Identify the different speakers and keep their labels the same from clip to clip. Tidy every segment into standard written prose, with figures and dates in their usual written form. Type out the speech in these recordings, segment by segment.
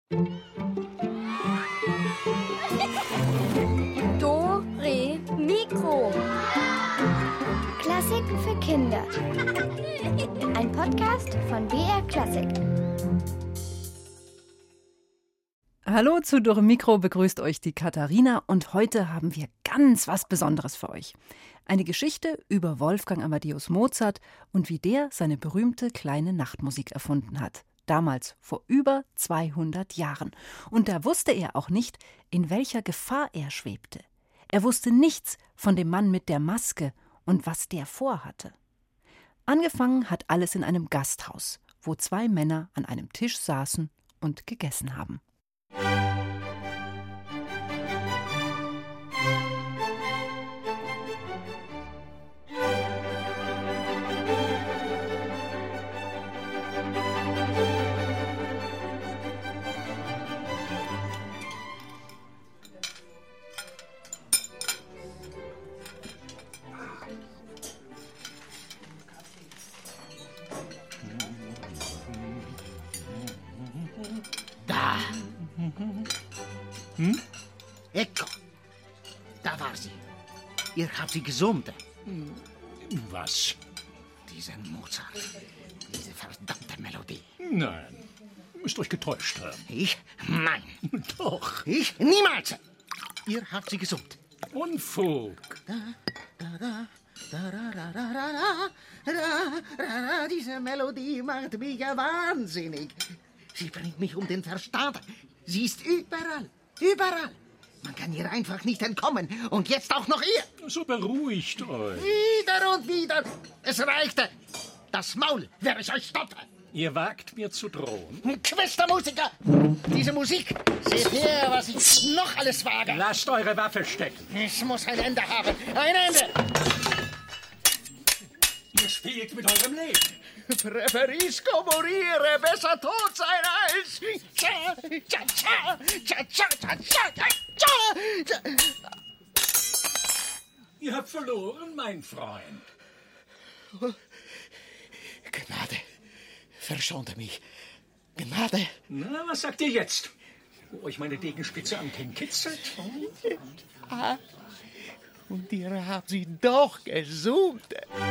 Speaker 1: Do, Re, Mikro. Klassiken für Kinder. Ein Podcast von BR Klassik.
Speaker 2: Hallo zu Dore Mikro, begrüßt euch die Katharina und heute haben wir ganz was Besonderes für euch. Eine Geschichte über Wolfgang Amadeus Mozart und wie der seine berühmte kleine Nachtmusik erfunden hat. Damals vor über 200 Jahren. Und da wusste er auch nicht, in welcher Gefahr er schwebte. Er wusste nichts von dem Mann mit der Maske und was der vorhatte. Angefangen hat alles in einem Gasthaus, wo zwei Männer an einem Tisch saßen und gegessen haben.
Speaker 3: Ecco, da war sie. Ihr habt sie gesummt.
Speaker 4: Was?
Speaker 3: Diesen Mozart, diese verdammte Melodie.
Speaker 4: Nein, müsst euch getäuscht haben.
Speaker 3: Ich? Nein.
Speaker 4: Doch.
Speaker 3: Ich? Niemals. Ihr habt sie gesummt.
Speaker 4: Unfug.
Speaker 3: Diese Melodie macht mich ja wahnsinnig. Sie bringt mich um den Verstand. Sie ist überall. Überall. Man kann ihr einfach nicht entkommen. Und jetzt auch noch ihr.
Speaker 4: So beruhigt euch.
Speaker 3: Wieder und wieder. Es reichte. Das Maul, wer ich euch stoppe.
Speaker 4: Ihr wagt mir zu drohen.
Speaker 3: Quistermusiker. Diese Musik. Seht her, was ich noch alles wage.
Speaker 4: Lasst eure Waffe stecken.
Speaker 3: Es muss ein Ende haben. Ein Ende.
Speaker 4: Ihr spielt mit eurem Leben.
Speaker 3: Preferisco morire, besser tot sein als... Tja, tja, tja, tja, tja, tja, tja, tja, tja.
Speaker 4: Ihr habt verloren, mein Freund.
Speaker 3: Gnade, verschonte mich. Gnade.
Speaker 4: Na, was sagt ihr jetzt? Wo euch meine Degenspitze am Kinn kitzelt?
Speaker 3: Ah, und ihr habt sie doch gesummt.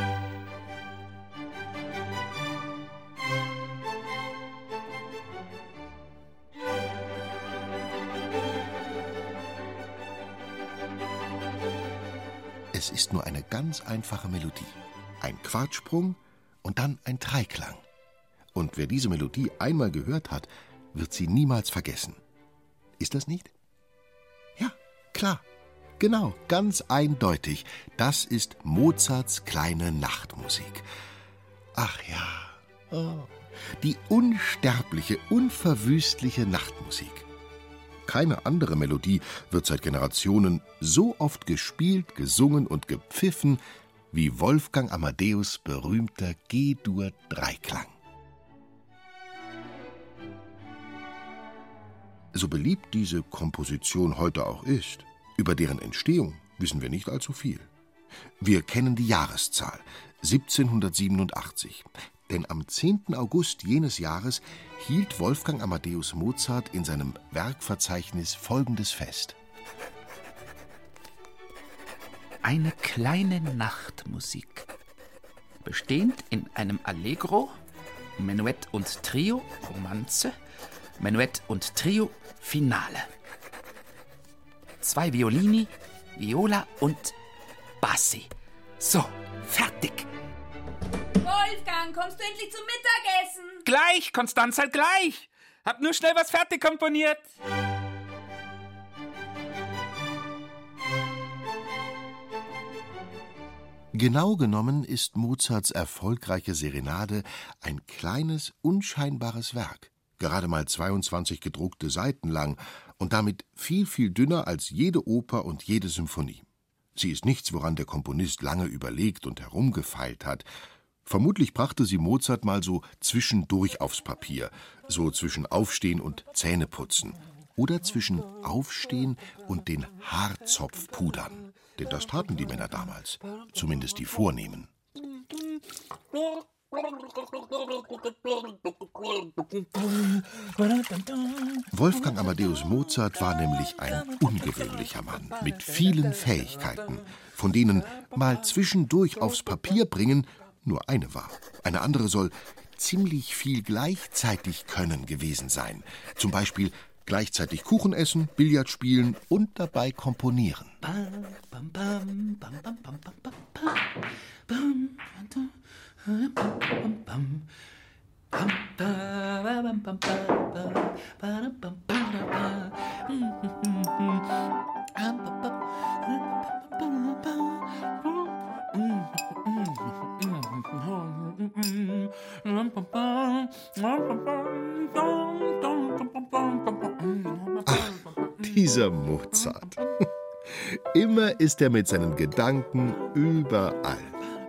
Speaker 5: Es ist nur eine ganz einfache Melodie. Ein Quartsprung und dann ein Dreiklang. Und wer diese Melodie einmal gehört hat, wird sie niemals vergessen. Ist das nicht? Ja, klar. Genau, ganz eindeutig. Das ist Mozarts kleine Nachtmusik. Ach ja, oh, die unsterbliche, unverwüstliche Nachtmusik. Keine andere Melodie wird seit Generationen so oft gespielt, gesungen und gepfiffen wie Wolfgang Amadeus' berühmter G-Dur-Dreiklang. So beliebt diese Komposition heute auch ist, über deren Entstehung wissen wir nicht allzu viel. Wir kennen die Jahreszahl, 1787. Denn am 10. August jenes Jahres hielt Wolfgang Amadeus Mozart in seinem Werkverzeichnis folgendes fest.
Speaker 6: Eine kleine Nachtmusik, bestehend in einem Allegro, Menuett und Trio, Romanze, Menuett und Trio, Finale. 2 Violini, Viola und Bassi. So, fertig.
Speaker 7: Wolfgang, kommst du endlich zum Mittagessen?
Speaker 6: Gleich, Konstanze, gleich. Hab nur schnell was fertig komponiert.
Speaker 5: Genau genommen ist Mozarts erfolgreiche Serenade ein kleines, unscheinbares Werk, gerade mal 22 gedruckte Seiten lang und damit viel, viel dünner als jede Oper und jede Symphonie. Sie ist nichts, woran der Komponist lange überlegt und herumgefeilt hat. Vermutlich brachte sie Mozart mal so zwischendurch aufs Papier, so zwischen Aufstehen und Zähneputzen oder zwischen Aufstehen und den Haarzopf pudern. Denn das taten die Männer damals, zumindest die Vornehmen. Wolfgang Amadeus Mozart war nämlich ein ungewöhnlicher Mann mit vielen Fähigkeiten, von denen mal zwischendurch aufs Papier bringen nur eine war. Eine andere soll ziemlich viel gleichzeitig können gewesen sein. Zum Beispiel gleichzeitig Kuchen essen, Billard spielen und dabei komponieren. Dieser Mozart. Immer ist er mit seinen Gedanken überall.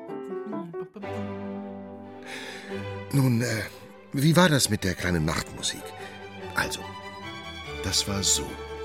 Speaker 5: Nun, wie war das mit der kleinen Nachtmusik? Also, das war so.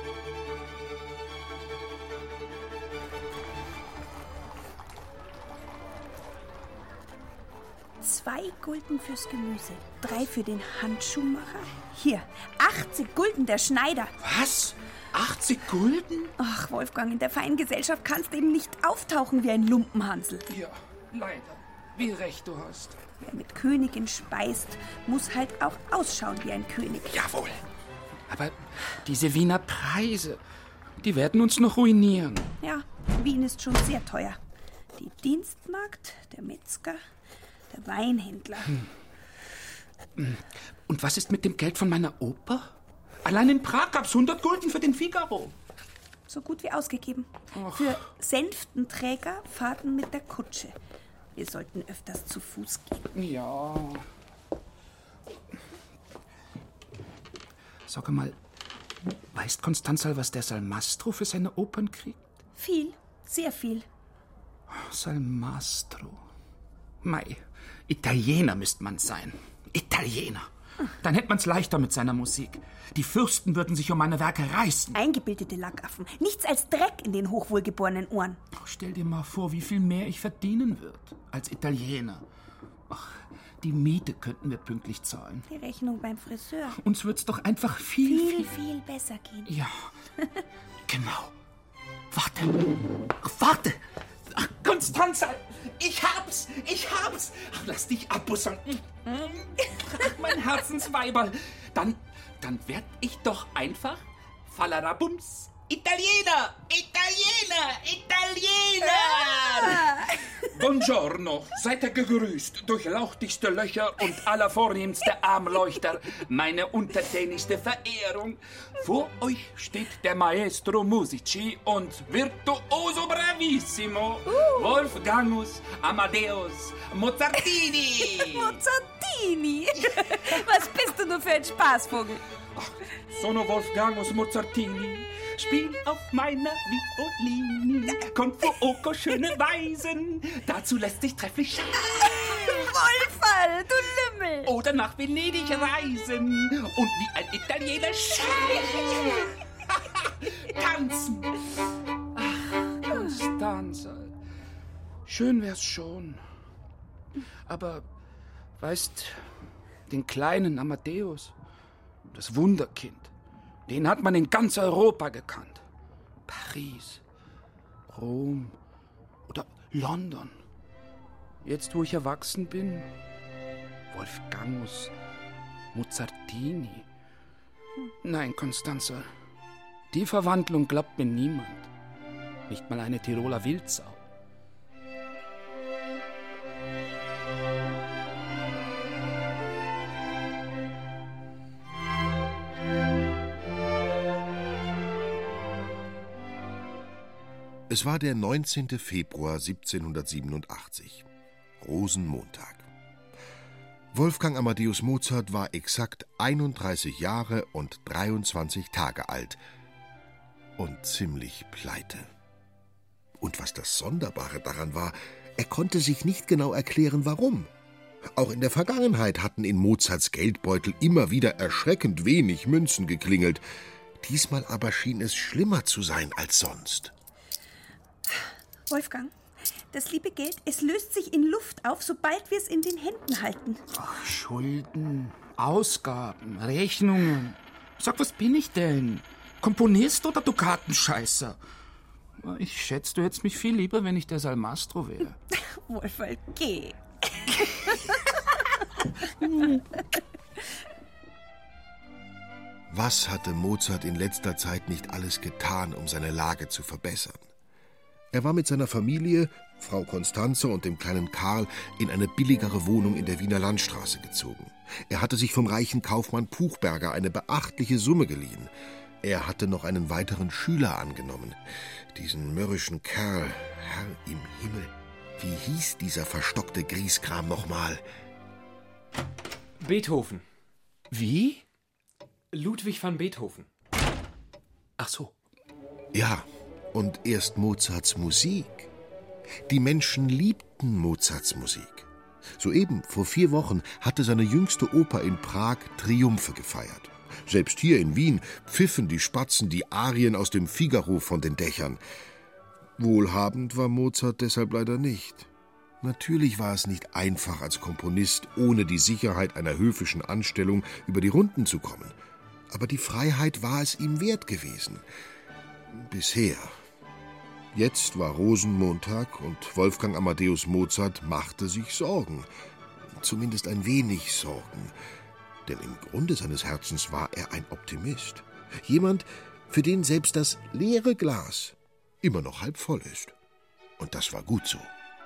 Speaker 8: $2 Gulden fürs Gemüse, 3 für den Handschuhmacher. Hier, 80 Gulden der Schneider.
Speaker 6: Was? 80 Gulden?
Speaker 8: Ach, Wolfgang, in der feinen Gesellschaft kannst du eben nicht auftauchen wie ein Lumpenhansel.
Speaker 6: Ja, leider. Wie recht du hast.
Speaker 8: Wer mit Königin speist, muss halt auch ausschauen wie ein König.
Speaker 6: Jawohl. Aber diese Wiener Preise, die werden uns noch ruinieren.
Speaker 8: Ja, Wien ist schon sehr teuer. Die Dienstmagd, der Metzger, der Weinhändler.
Speaker 6: Und was ist mit dem Geld von meiner Oper? Allein in Prag gab's 100 Gulden für den Figaro.
Speaker 8: So gut wie ausgegeben. Für Sänftenträger Fahrten mit der Kutsche. Wir sollten öfters zu Fuß gehen.
Speaker 6: Ja. Sag mal, weiß Constanza, was der Salmastro für seine Opern kriegt?
Speaker 8: Viel, sehr viel.
Speaker 6: Salmastro. Mei, Italiener müsste man sein. Italiener. Dann hätte man's leichter mit seiner Musik. Die Fürsten würden sich um meine Werke reißen.
Speaker 8: Eingebildete Lackaffen. Nichts als Dreck in den hochwohlgeborenen Ohren.
Speaker 6: Stell dir mal vor, wie viel mehr ich verdienen würde als Italiener. Ach, die Miete könnten wir pünktlich zahlen.
Speaker 8: Die Rechnung beim Friseur.
Speaker 6: Uns wird's doch einfach viel
Speaker 8: besser gehen.
Speaker 6: Ja, genau. Warte. Ach, Constanza, ich hab's. Ach, lass dich abbussern. Ach, mein Herzensweiberl. Dann werd ich doch einfach Fallerabums Italiener. Buongiorno, seid ihr gegrüßt, durchlauchtigste Löcher und allervornehmste Armleuchter, meine untertänigste Verehrung. Vor euch steht der Maestro Musici und Virtuoso Bravissimo, Wolfgangus Amadeus Mozartini.
Speaker 8: Mozartini? Was bist du nur für ein Spaßvogel?
Speaker 6: Ach, sono Wolfgangus Mozartini, spiel auf meiner Violini, con fuoco schöne Weisen, dazu lässt sich trefflich schauen.
Speaker 8: Wohlfall, du Lümmel!
Speaker 6: Oder nach Venedig reisen und wie ein Italiener tanzen. Ach, Constanza, schön wär's schon. Aber, weißt, den kleinen Amadeus, das Wunderkind, den hat man in ganz Europa gekannt. Paris, Rom oder London. Jetzt, wo ich erwachsen bin, Wolfgangus Mozartini. Nein, Constanza, die Verwandlung glaubt mir niemand. Nicht mal eine Tiroler Wildsau.
Speaker 5: Es war der 19. Februar 1787, Rosenmontag. Wolfgang Amadeus Mozart war exakt 31 Jahre und 23 Tage alt und ziemlich pleite. Und was das Sonderbare daran war, er konnte sich nicht genau erklären, warum. Auch in der Vergangenheit hatten in Mozarts Geldbeutel immer wieder erschreckend wenig Münzen geklingelt. Diesmal aber schien es schlimmer zu sein als sonst.
Speaker 8: Wolfgang, Das liebe Geld, es löst sich in Luft auf, sobald wir es in den Händen halten.
Speaker 6: Ach, Schulden, Ausgaben, Rechnungen. Sag, was bin ich denn? Komponist oder Dukatenscheißer? Ich schätze, du hättest mich viel lieber, wenn ich der Salmastro wäre.
Speaker 8: Wolferl, geh.
Speaker 5: Was hatte Mozart in letzter Zeit nicht alles getan, um seine Lage zu verbessern? Er war mit seiner Familie, Frau Constanze und dem kleinen Karl, in eine billigere Wohnung in der Wiener Landstraße gezogen. Er hatte sich vom reichen Kaufmann Puchberger eine beachtliche Summe geliehen. Er hatte noch einen weiteren Schüler angenommen. Diesen mürrischen Kerl, Herr im Himmel. Wie hieß dieser verstockte Grieskram nochmal?
Speaker 9: Beethoven.
Speaker 6: Wie?
Speaker 9: Ludwig van Beethoven.
Speaker 6: Ach so.
Speaker 5: Ja, und erst Mozarts Musik. Die Menschen liebten Mozarts Musik. Soeben, vor 4 Wochen, hatte seine jüngste Oper in Prag Triumphe gefeiert. Selbst hier in Wien pfiffen die Spatzen die Arien aus dem Figaro von den Dächern. Wohlhabend war Mozart deshalb leider nicht. Natürlich war es nicht einfach, als Komponist ohne die Sicherheit einer höfischen Anstellung über die Runden zu kommen. Aber die Freiheit war es ihm wert gewesen. Bisher. Jetzt war Rosenmontag und Wolfgang Amadeus Mozart machte sich Sorgen. Zumindest ein wenig Sorgen. Denn im Grunde seines Herzens war er ein Optimist. Jemand, für den selbst das leere Glas immer noch halb voll ist. Und das war gut so.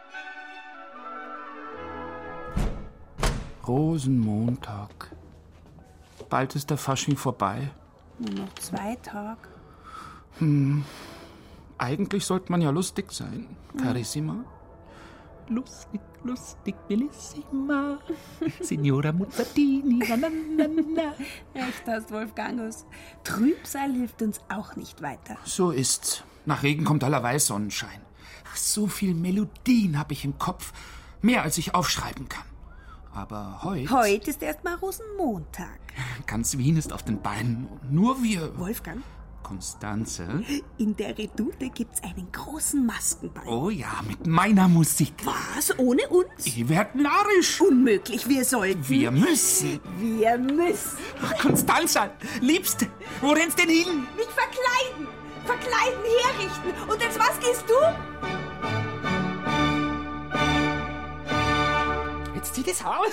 Speaker 6: Rosenmontag. Bald ist der Fasching vorbei.
Speaker 8: Nur noch 2 Tage.
Speaker 6: Eigentlich sollte man ja lustig sein, Carissima. Lustig, lustig, bellissima. Signora Mozartini, na, na, na, na.
Speaker 8: Recht hast, Wolfgangus. Trübsal hilft uns auch nicht weiter.
Speaker 6: So ist's. Nach Regen kommt allerweil Sonnenschein. Ach, so viel Melodien habe ich im Kopf. Mehr, als ich aufschreiben kann. Aber heute...
Speaker 8: Heute ist erst mal Rosenmontag.
Speaker 6: Ganz Wien ist auf den Beinen. Nur wir...
Speaker 8: Wolfgang?
Speaker 6: Constanze?
Speaker 8: In der Redoute gibt's einen großen Maskenball.
Speaker 6: Oh ja, mit meiner Musik.
Speaker 8: Was? Ohne uns?
Speaker 6: Ihr werdet narrisch.
Speaker 8: Unmöglich, wir sollten.
Speaker 6: Wir müssen.
Speaker 8: Wir müssen.
Speaker 6: Ach, Constanze, Liebste, wo rennst denn hin?
Speaker 8: Mich verkleiden. Verkleiden, herrichten. Und als was gehst du?
Speaker 9: Jetzt zieh das aus.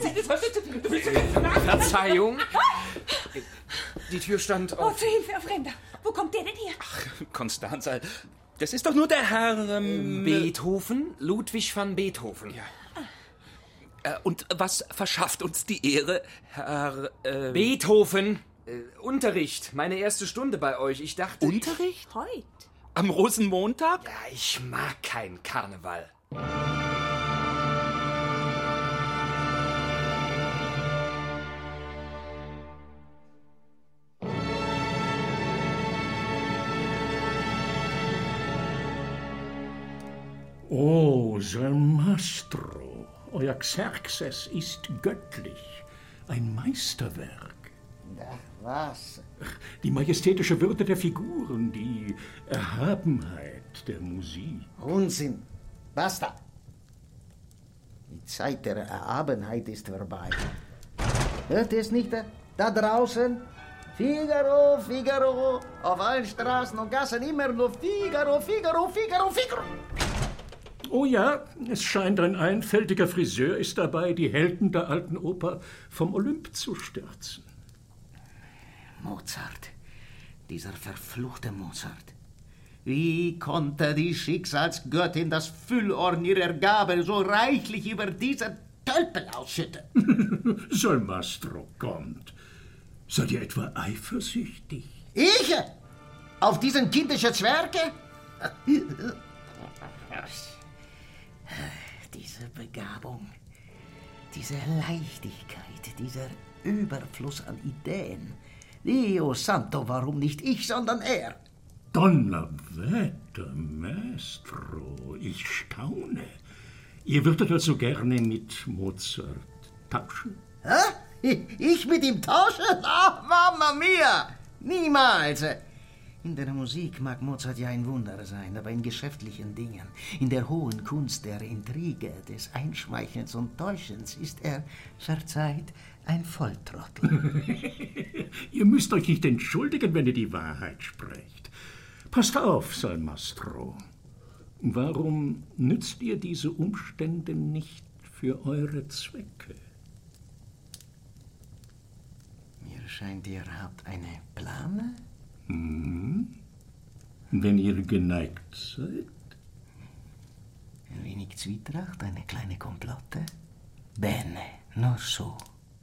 Speaker 9: Verzeihung. Die Tür stand
Speaker 8: Oh,
Speaker 9: auf...
Speaker 8: zur Hilfe, ein Fremder. Wo kommt der denn her?
Speaker 6: Ach, Constanze, das ist doch nur der Herr...
Speaker 9: Beethoven? Ludwig van Beethoven.
Speaker 6: Ja. Und was verschafft uns die Ehre, Herr...
Speaker 9: Beethoven. Unterricht. Meine erste Stunde bei euch. Ich dachte...
Speaker 6: Unterricht?
Speaker 8: Heute.
Speaker 6: Am Rosenmontag?
Speaker 9: Ja, ich mag keinen Karneval.
Speaker 4: Oh, Salmastro, euer Xerxes ist göttlich, ein Meisterwerk.
Speaker 3: Was?
Speaker 4: Die majestätische Würde der Figuren, die Erhabenheit der Musik.
Speaker 3: Unsinn. Basta. Die Zeit der Erhabenheit ist vorbei. Hört ihr es nicht da draußen? Figaro, Figaro. Auf allen Straßen und Gassen immer nur Figaro, Figaro, Figaro, Figaro.
Speaker 4: Oh ja, es scheint, ein einfältiger Friseur ist dabei, die Helden der alten Oper vom Olymp zu stürzen.
Speaker 3: Mozart, dieser verfluchte Mozart. Wie konnte die Schicksalsgöttin das Füllhorn ihrer Gabe so reichlich über diese Tölpel ausschütten?
Speaker 4: Salmastro, kommt. Seid ihr etwa eifersüchtig?
Speaker 3: Ich? Auf diesen kindischen Zwerge? Diese Begabung, diese Leichtigkeit, dieser Überfluss an Ideen. Dio Santo, warum nicht ich, sondern er?
Speaker 4: Donnerwetter, Maestro, ich staune. Ihr würdet also gerne mit Mozart tauschen?
Speaker 3: Hä? Ich mit ihm tauschen? Ah, Mamma mia! Niemals! In der Musik mag Mozart ja ein Wunder sein, aber in geschäftlichen Dingen, in der hohen Kunst der Intrige, des Einschmeichelns und Täuschens ist er, verzeiht, ein Volltrottel.
Speaker 4: Ihr müsst euch nicht entschuldigen, wenn ihr die Wahrheit sprecht. Passt auf, Salmastro. Warum nützt ihr diese Umstände nicht für eure Zwecke?
Speaker 3: Mir scheint, ihr habt eine Plane?
Speaker 4: Wenn ihr geneigt seid?
Speaker 3: Ein wenig Zwietracht, eine kleine Komplotte? Bene, nur so.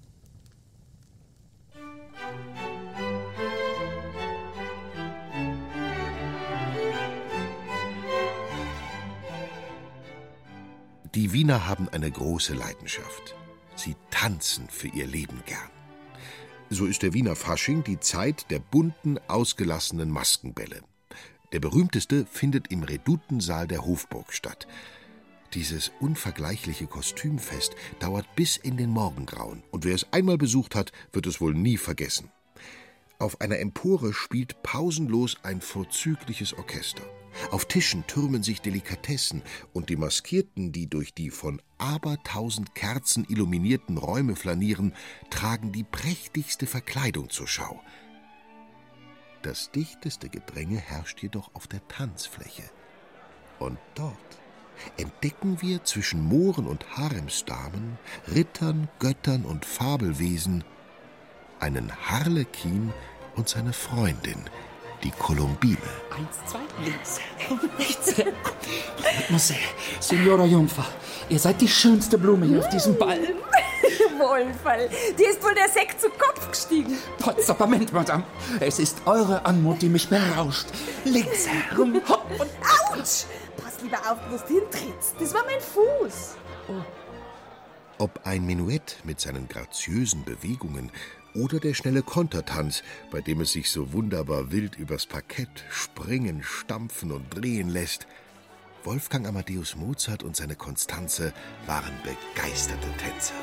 Speaker 5: Die Wiener haben eine große Leidenschaft. Sie tanzen für ihr Leben gern. So ist der Wiener Fasching die Zeit der bunten, ausgelassenen Maskenbälle. Der berühmteste findet im Redutensaal der Hofburg statt. Dieses unvergleichliche Kostümfest dauert bis in den Morgengrauen, und wer es einmal besucht hat, wird es wohl nie vergessen. Auf einer Empore spielt pausenlos ein vorzügliches Orchester. Auf Tischen türmen sich Delikatessen, und die Maskierten, die durch die von abertausend Kerzen illuminierten Räume flanieren, tragen die prächtigste Verkleidung zur Schau. Das dichteste Gedränge herrscht jedoch auf der Tanzfläche. Und dort entdecken wir zwischen Mohren und Haremsdamen, Rittern, Göttern und Fabelwesen einen Harlekin und seine Freundin, die Kolumbine.
Speaker 6: 1, 2, links, rechts. Mademoiselle, Signora Jungfer, ihr seid die schönste Blume hier auf diesem Ball.
Speaker 7: Wolferl, dir ist wohl der Sekt zu Kopf gestiegen.
Speaker 6: Potzapament, Madame. Es ist eure Anmut, die mich berauscht. Links herum, hopp und
Speaker 7: Autsch! Pass lieber auf, wo du hintrittst. Das war mein Fuß.
Speaker 5: Ob ein Menuett mit seinen graziösen Bewegungen oder der schnelle Kontertanz, bei dem es sich so wunderbar wild übers Parkett springen, stampfen und drehen lässt. Wolfgang Amadeus Mozart und seine Constanze waren begeisterte Tänzer.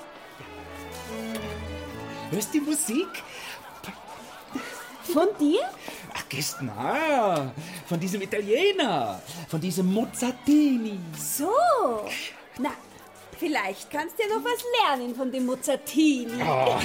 Speaker 6: hörst die Musik?
Speaker 7: Von dir?
Speaker 6: Ach, Gestna, von diesem Italiener, von diesem Mozartini.
Speaker 7: So. Na, vielleicht kannst du ja noch was lernen von dem Mozartini.
Speaker 6: Oh.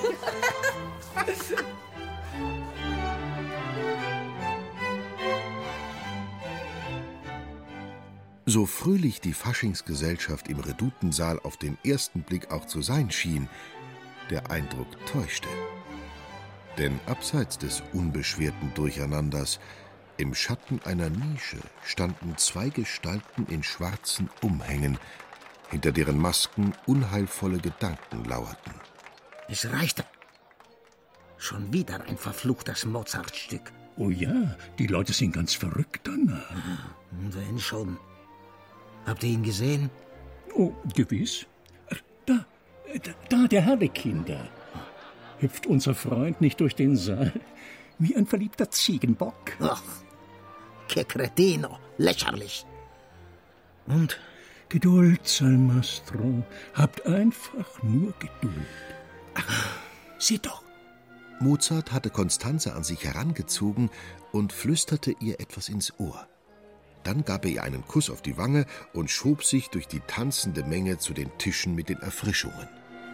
Speaker 5: So fröhlich die Faschingsgesellschaft im Redutensaal auf den ersten Blick auch zu sein schien, der Eindruck täuschte. Denn abseits des unbeschwerten Durcheinanders, im Schatten einer Nische, standen zwei Gestalten in schwarzen Umhängen, hinter deren Masken unheilvolle Gedanken lauerten.
Speaker 3: Es reicht. Schon wieder ein verfluchtes Mozartstück.
Speaker 4: Oh ja, die Leute sind ganz verrückt danach.
Speaker 3: Wenn schon. Habt ihr ihn gesehen?
Speaker 4: Oh, gewiss. Da, der Harlekin da. Hüpft unser Freund nicht durch den Saal wie ein verliebter Ziegenbock?
Speaker 3: Ach, che cretino, lächerlich. Und?
Speaker 4: Geduld, Salmastro. Habt einfach nur Geduld. Ach, seht doch.
Speaker 5: Mozart hatte Constanze an sich herangezogen und flüsterte ihr etwas ins Ohr. Dann gab er ihr einen Kuss auf die Wange und schob sich durch die tanzende Menge zu den Tischen mit den Erfrischungen.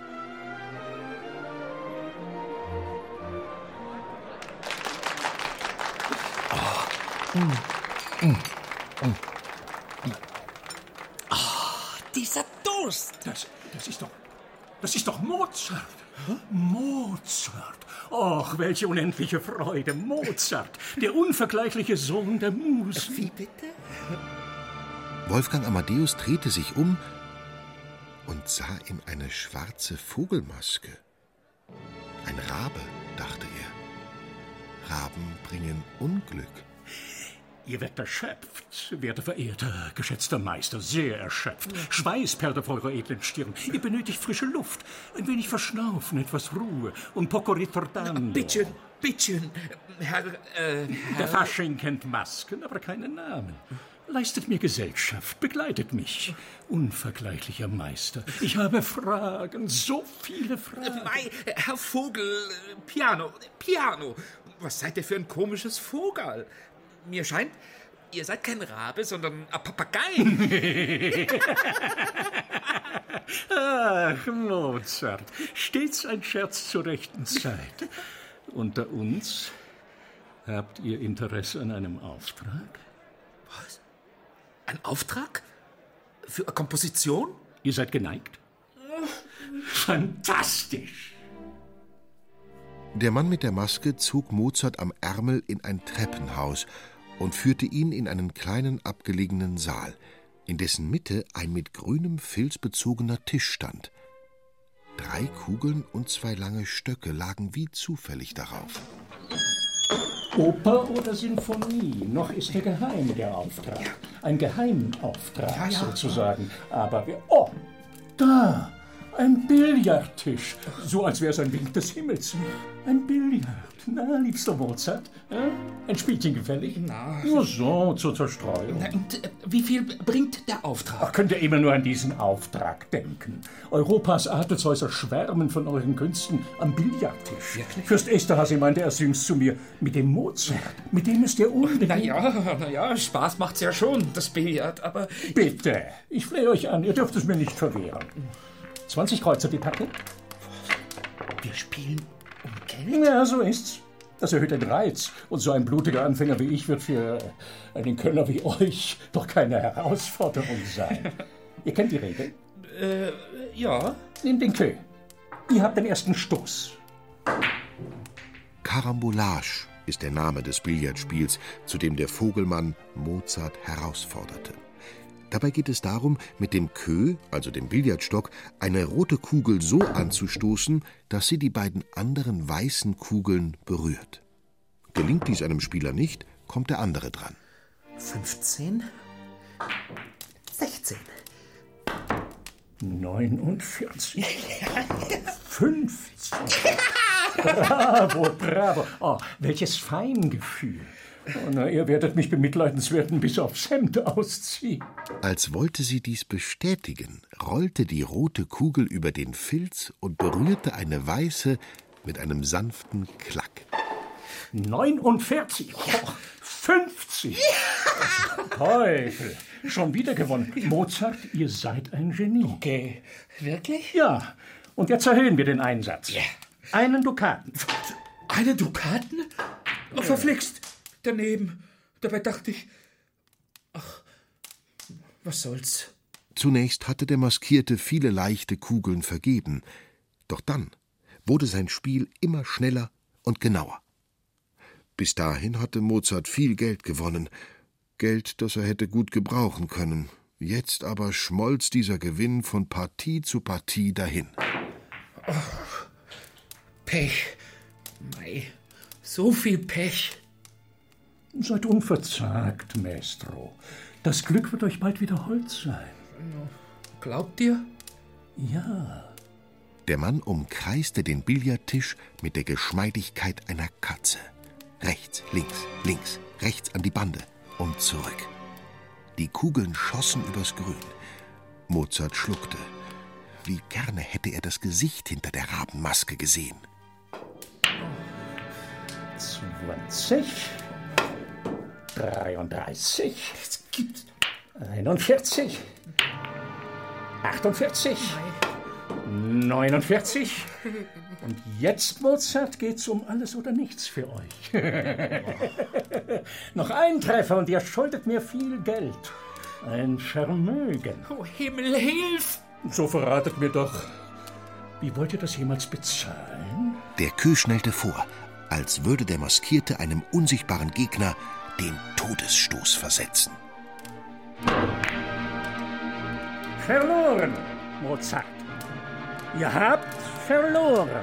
Speaker 6: Dieser Durst!
Speaker 4: Das ist doch Mozart. Mozart. Och, welche unendliche Freude. Mozart, der unvergleichliche Sohn der Musen.
Speaker 6: Wie bitte?
Speaker 5: Wolfgang Amadeus drehte sich um und sah in eine schwarze Vogelmaske. Ein Rabe, dachte er. Raben bringen Unglück.
Speaker 4: Ihr werdet erschöpft, werter verehrter, geschätzter Meister, sehr erschöpft. Schweiß perlt auf eurer edlen Stirn. Ihr benötigt frische Luft, ein wenig verschnaufen, etwas Ruhe und poco ritornando.
Speaker 6: Bittchen, Herr...
Speaker 4: Der Fasching kennt Masken, aber keine Namen. Leistet mir Gesellschaft, begleitet mich. Unvergleichlicher Meister, ich habe Fragen, so viele Fragen.
Speaker 6: Herr Vogel, Piano. Was seid ihr für ein komisches Vogel? Mir scheint, ihr seid kein Rabe, sondern ein Papagei.
Speaker 4: Ach, Mozart, stets ein Scherz zur rechten Zeit. Unter uns, habt ihr Interesse an einem Auftrag?
Speaker 6: Was? Ein Auftrag? Für eine Komposition?
Speaker 4: Ihr seid geneigt? Fantastisch!
Speaker 5: Der Mann mit der Maske zog Mozart am Ärmel in ein Treppenhaus und führte ihn in einen kleinen abgelegenen Saal, in dessen Mitte ein mit grünem Filz bezogener Tisch stand. 3 Kugeln und 2 lange Stöcke lagen wie zufällig darauf.
Speaker 4: Oper oder Sinfonie? Noch ist er geheim, der Auftrag. Ein Geheimauftrag sozusagen. Aber wir... Oh, da! Ein Billardtisch. So, als wäre es ein Wink des Himmels. Ein Billard. Na, liebster Mozart, ein Spielchen gefällig?
Speaker 6: Na.
Speaker 4: Nur so, zur Zerstreuung.
Speaker 6: Na, und wie viel bringt der Auftrag?
Speaker 4: Ach, könnt ihr immer nur an diesen Auftrag denken. Europas Adelshäuser schwärmen von euren Künsten am Billardtisch. Wirklich? Fürst Esterhazy meinte, er sing's zu mir. Mit dem Mozart, mit dem ist ihr unbedingt...
Speaker 6: Naja, Spaß macht's ja schon, das Billard, aber...
Speaker 4: Bitte, ich flehe euch an, ihr dürft es mir nicht verwehren. 20 Kreuzer die Packung?
Speaker 6: Wir spielen um Geld?
Speaker 4: Ja, so ist's. Das erhöht den Reiz. Und so ein blutiger Anfänger wie ich wird für einen Könner wie euch doch keine Herausforderung sein. Ihr kennt die Regeln?
Speaker 6: Ja.
Speaker 4: Nehmt den Queue. Ihr habt den ersten Stoß.
Speaker 5: Karambolage ist der Name des Billardspiels, zu dem der Vogelmann Mozart herausforderte. Dabei geht es darum, mit dem Queue, also dem Billardstock, eine rote Kugel so anzustoßen, dass sie die beiden anderen weißen Kugeln berührt. Gelingt dies einem Spieler nicht, kommt der andere dran.
Speaker 6: 15, 16,
Speaker 4: 49, 15. Bravo, bravo. Oh, welches Feingefühl. Oh, na, ihr werdet mich bemitleidenswerten bis aufs Hemd ausziehen.
Speaker 5: Als wollte sie dies bestätigen, rollte die rote Kugel über den Filz und berührte eine weiße mit einem sanften Klack.
Speaker 4: 49, 50. Teufel, schon wieder gewonnen. Mozart, ihr seid ein Genie.
Speaker 6: Okay, wirklich?
Speaker 4: Ja, und jetzt erhöhen wir den Einsatz.
Speaker 6: Ja.
Speaker 4: Einen Dukaten.
Speaker 6: Einen Dukaten? Oh, verflixt. Daneben. Dabei dachte ich, ach, was soll's.
Speaker 5: Zunächst hatte der Maskierte viele leichte Kugeln vergeben. Doch dann wurde sein Spiel immer schneller und genauer. Bis dahin hatte Mozart viel Geld gewonnen. Geld, das er hätte gut gebrauchen können. Jetzt aber schmolz dieser Gewinn von Partie zu Partie dahin.
Speaker 6: Oh, Pech. Mei, so viel Pech.
Speaker 4: Seid unverzagt, Maestro. Das Glück wird euch bald wiederholt sein.
Speaker 6: Glaubt ihr?
Speaker 4: Ja.
Speaker 5: Der Mann umkreiste den Billardtisch mit der Geschmeidigkeit einer Katze. Rechts, links, rechts an die Bande und zurück. Die Kugeln schossen übers Grün. Mozart schluckte. Wie gerne hätte er das Gesicht hinter der Rabenmaske gesehen.
Speaker 4: 20, 33, 41, 48, 49. Und jetzt, Mozart, geht's um alles oder nichts für euch. Noch ein Treffer und ihr schuldet mir viel Geld. Ein Vermögen.
Speaker 6: Oh, Himmel, hilf!
Speaker 4: So verratet mir doch, wie wollt ihr das jemals bezahlen?
Speaker 5: Der Queue schnellte vor, als würde der Maskierte einem unsichtbaren Gegner den Todesstoß versetzen.
Speaker 4: Verloren, Mozart. Ihr habt verloren.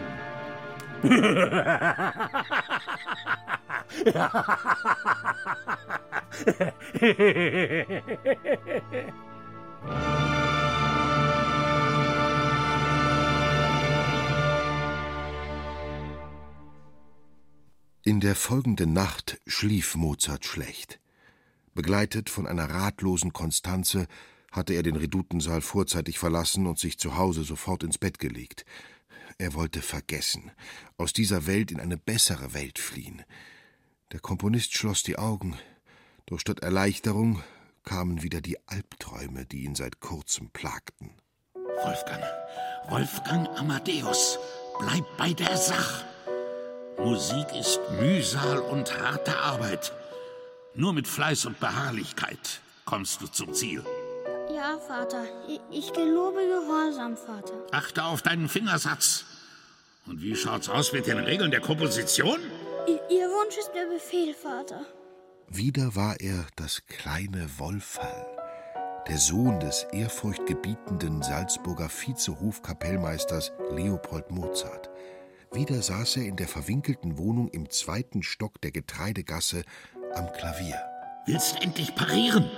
Speaker 5: In der folgenden Nacht schlief Mozart schlecht. Begleitet von einer ratlosen Constanze hatte er den Redutensaal vorzeitig verlassen und sich zu Hause sofort ins Bett gelegt. Er wollte vergessen, aus dieser Welt in eine bessere Welt fliehen. Der Komponist schloss die Augen, doch statt Erleichterung kamen wieder die Albträume, die ihn seit kurzem plagten.
Speaker 10: Wolfgang Amadeus, bleib bei der Sache. Musik ist Mühsal und harte Arbeit. Nur mit Fleiß und Beharrlichkeit kommst du zum Ziel.
Speaker 1: Ja, Vater. Ich gelobe Gehorsam, Vater.
Speaker 10: Achte auf deinen Fingersatz. Und wie schaut's aus mit den Regeln der Komposition?
Speaker 1: Ihr Wunsch ist der Befehl, Vater.
Speaker 5: Wieder war er das kleine Wolferl, der Sohn des ehrfurchtgebietenden Salzburger Vize-Hofkapellmeisters Leopold Mozart. Wieder saß er in der verwinkelten Wohnung im 2. Stock der Getreidegasse am Klavier.
Speaker 10: Willst du endlich parieren?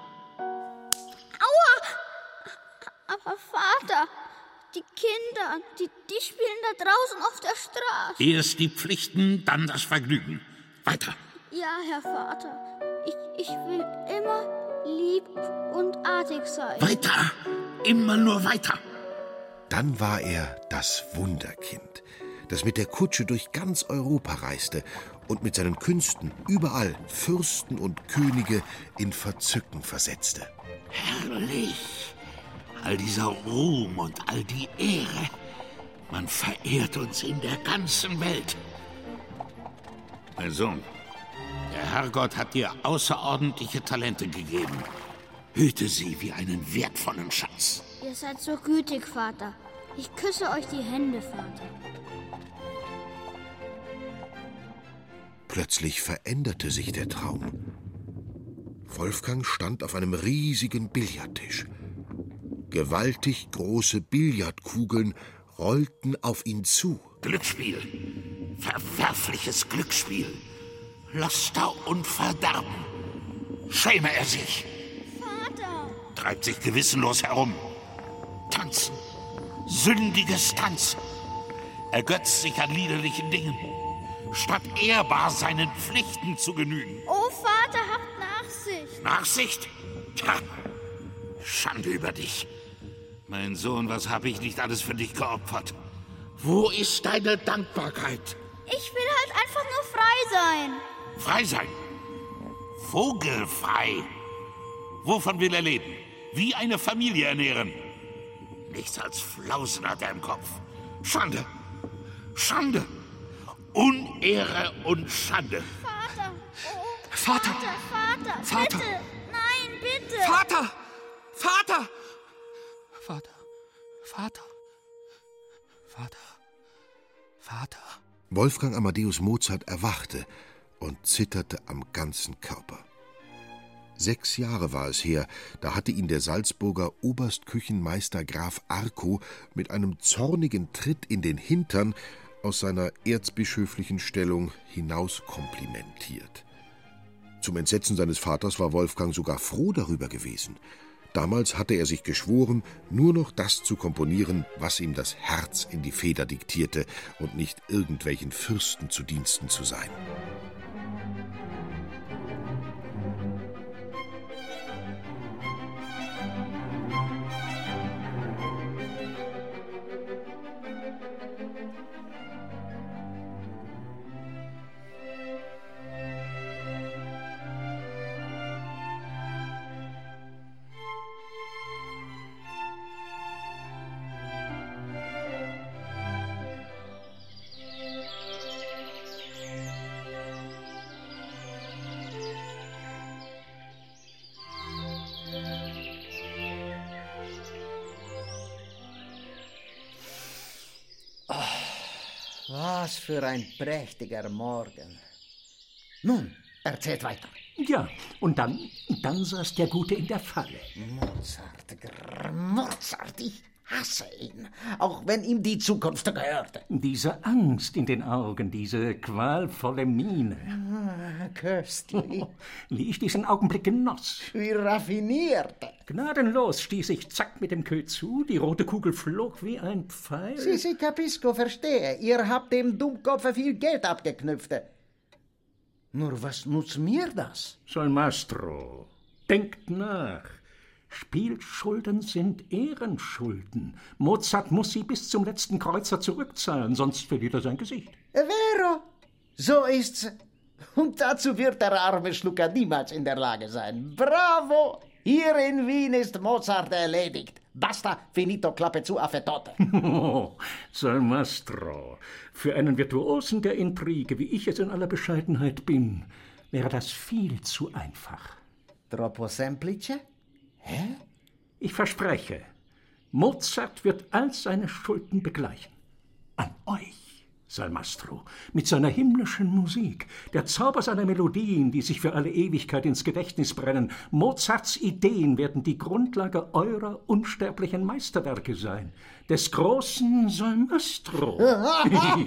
Speaker 1: Aua! Aber Vater, die Kinder, die spielen da draußen auf der Straße.
Speaker 10: Erst die Pflichten, dann das Vergnügen. Weiter.
Speaker 1: Ja, Herr Vater. Ich will immer lieb und artig sein.
Speaker 10: Weiter! Immer nur weiter!
Speaker 5: Dann war er das Wunderkind, das mit der Kutsche durch ganz Europa reiste und mit seinen Künsten überall Fürsten und Könige in Verzücken versetzte.
Speaker 10: Herrlich! All dieser Ruhm und all die Ehre. Man verehrt uns in der ganzen Welt. Mein Sohn, der Herrgott hat dir außerordentliche Talente gegeben. Hüte sie wie einen wertvollen Schatz.
Speaker 1: Ihr seid so gütig, Vater. Ich küsse euch die Hände, Vater.
Speaker 5: Plötzlich veränderte sich der Traum. Wolfgang stand auf einem riesigen Billardtisch. Gewaltig große Billardkugeln rollten auf ihn zu.
Speaker 10: Glücksspiel. Verwerfliches Glücksspiel. Laster und Verderben. Schäme er sich.
Speaker 1: Vater!
Speaker 10: Treibt sich gewissenlos herum. Tanzen. Sündiges Tanzen. Ergötzt sich an liederlichen Dingen, statt ehrbar seinen Pflichten zu genügen.
Speaker 1: Oh, Vater, habt Nachsicht.
Speaker 10: Nachsicht? Tja, Schande über dich. Mein Sohn, was habe ich nicht alles für dich geopfert? Wo ist deine Dankbarkeit?
Speaker 1: Ich will halt einfach nur frei sein.
Speaker 10: Frei sein? Vogelfrei. Wovon will er leben? Wie eine Familie ernähren? Nichts als Flausen hat er im Kopf. Schande. Schande. Unehre und Schande.
Speaker 1: Vater. Oh,
Speaker 6: Vater.
Speaker 1: Vater.
Speaker 6: Vater.
Speaker 1: Bitte. Nein, bitte.
Speaker 6: Vater! Vater! Vater! Vater! Vater! Vater!
Speaker 5: Wolfgang Amadeus Mozart erwachte und zitterte am ganzen Körper. 6 Jahre war es her, da hatte ihn der Salzburger Oberstküchenmeister Graf Arco mit einem zornigen Tritt in den Hintern aus seiner erzbischöflichen Stellung hinauskomplimentiert. Zum Entsetzen seines Vaters war Wolfgang sogar froh darüber gewesen. Damals hatte er sich geschworen, nur noch das zu komponieren, was ihm das Herz in die Feder diktierte und nicht irgendwelchen Fürsten zu Diensten zu sein.
Speaker 3: Was für ein prächtiger Morgen. Nun, erzählt weiter.
Speaker 4: Ja, und dann saß der Gute in der Falle.
Speaker 3: Mozart, ich hasse ihn, auch wenn ihm die Zukunft gehörte.
Speaker 4: Diese Angst in den Augen, diese qualvolle Miene.
Speaker 3: Köstlich.
Speaker 4: Wie ich diesen Augenblick genoss.
Speaker 3: Wie raffiniert.
Speaker 4: Gnadenlos stieß ich zack mit dem Queue zu, die rote Kugel flog wie ein Pfeil.
Speaker 3: Sie, Capisco, verstehe. Ihr habt dem Dummkopf viel Geld abgeknüpft. Nur was nutzt mir das?
Speaker 4: Sol Mastro, denkt nach. Spielschulden sind Ehrenschulden. Mozart muss sie bis zum letzten Kreuzer zurückzahlen, sonst verliert er sein Gesicht.
Speaker 3: Vero, so ist's. Und dazu wird der arme Schlucker niemals in der Lage sein. Bravo! Hier in Wien ist Mozart erledigt. Basta, finito, Klappe zu, Affe tote.
Speaker 4: Oh, Salmastro, für einen Virtuosen der Intrige, wie ich es in aller Bescheidenheit bin, wäre das viel zu einfach.
Speaker 3: Troppo semplice? Hä?
Speaker 4: Ich verspreche, Mozart wird all seine Schulden begleichen. An euch, Salmastro, mit seiner himmlischen Musik, der Zauber seiner Melodien, die sich für alle Ewigkeit ins Gedächtnis brennen. Mozarts Ideen werden die Grundlage eurer unsterblichen Meisterwerke sein, des großen Salmastro.
Speaker 3: Ja,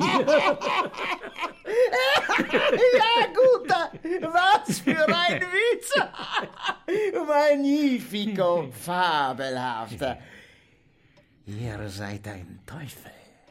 Speaker 3: gut, was für ein Witz! Magnifico, fabelhaft. Ihr seid ein Teufel.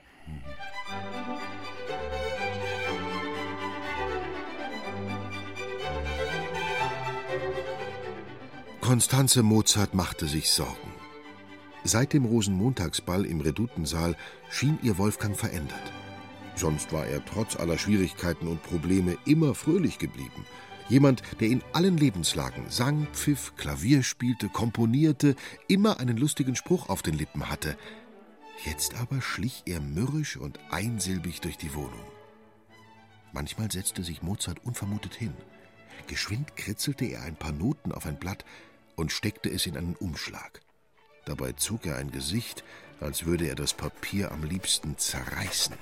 Speaker 5: Constanze Mozart machte sich Sorgen. Seit dem Rosenmontagsball im Redoutensaal schien ihr Wolfgang verändert. Sonst war er trotz aller Schwierigkeiten und Probleme immer fröhlich geblieben. Jemand, der in allen Lebenslagen sang, pfiff, Klavier spielte, komponierte, immer einen lustigen Spruch auf den Lippen hatte. Jetzt aber schlich er mürrisch und einsilbig durch die Wohnung. Manchmal setzte sich Mozart unvermutet hin. Geschwind kritzelte er ein paar Noten auf ein Blatt und steckte es in einen Umschlag. Dabei zog er ein Gesicht, als würde er das Papier am liebsten zerreißen.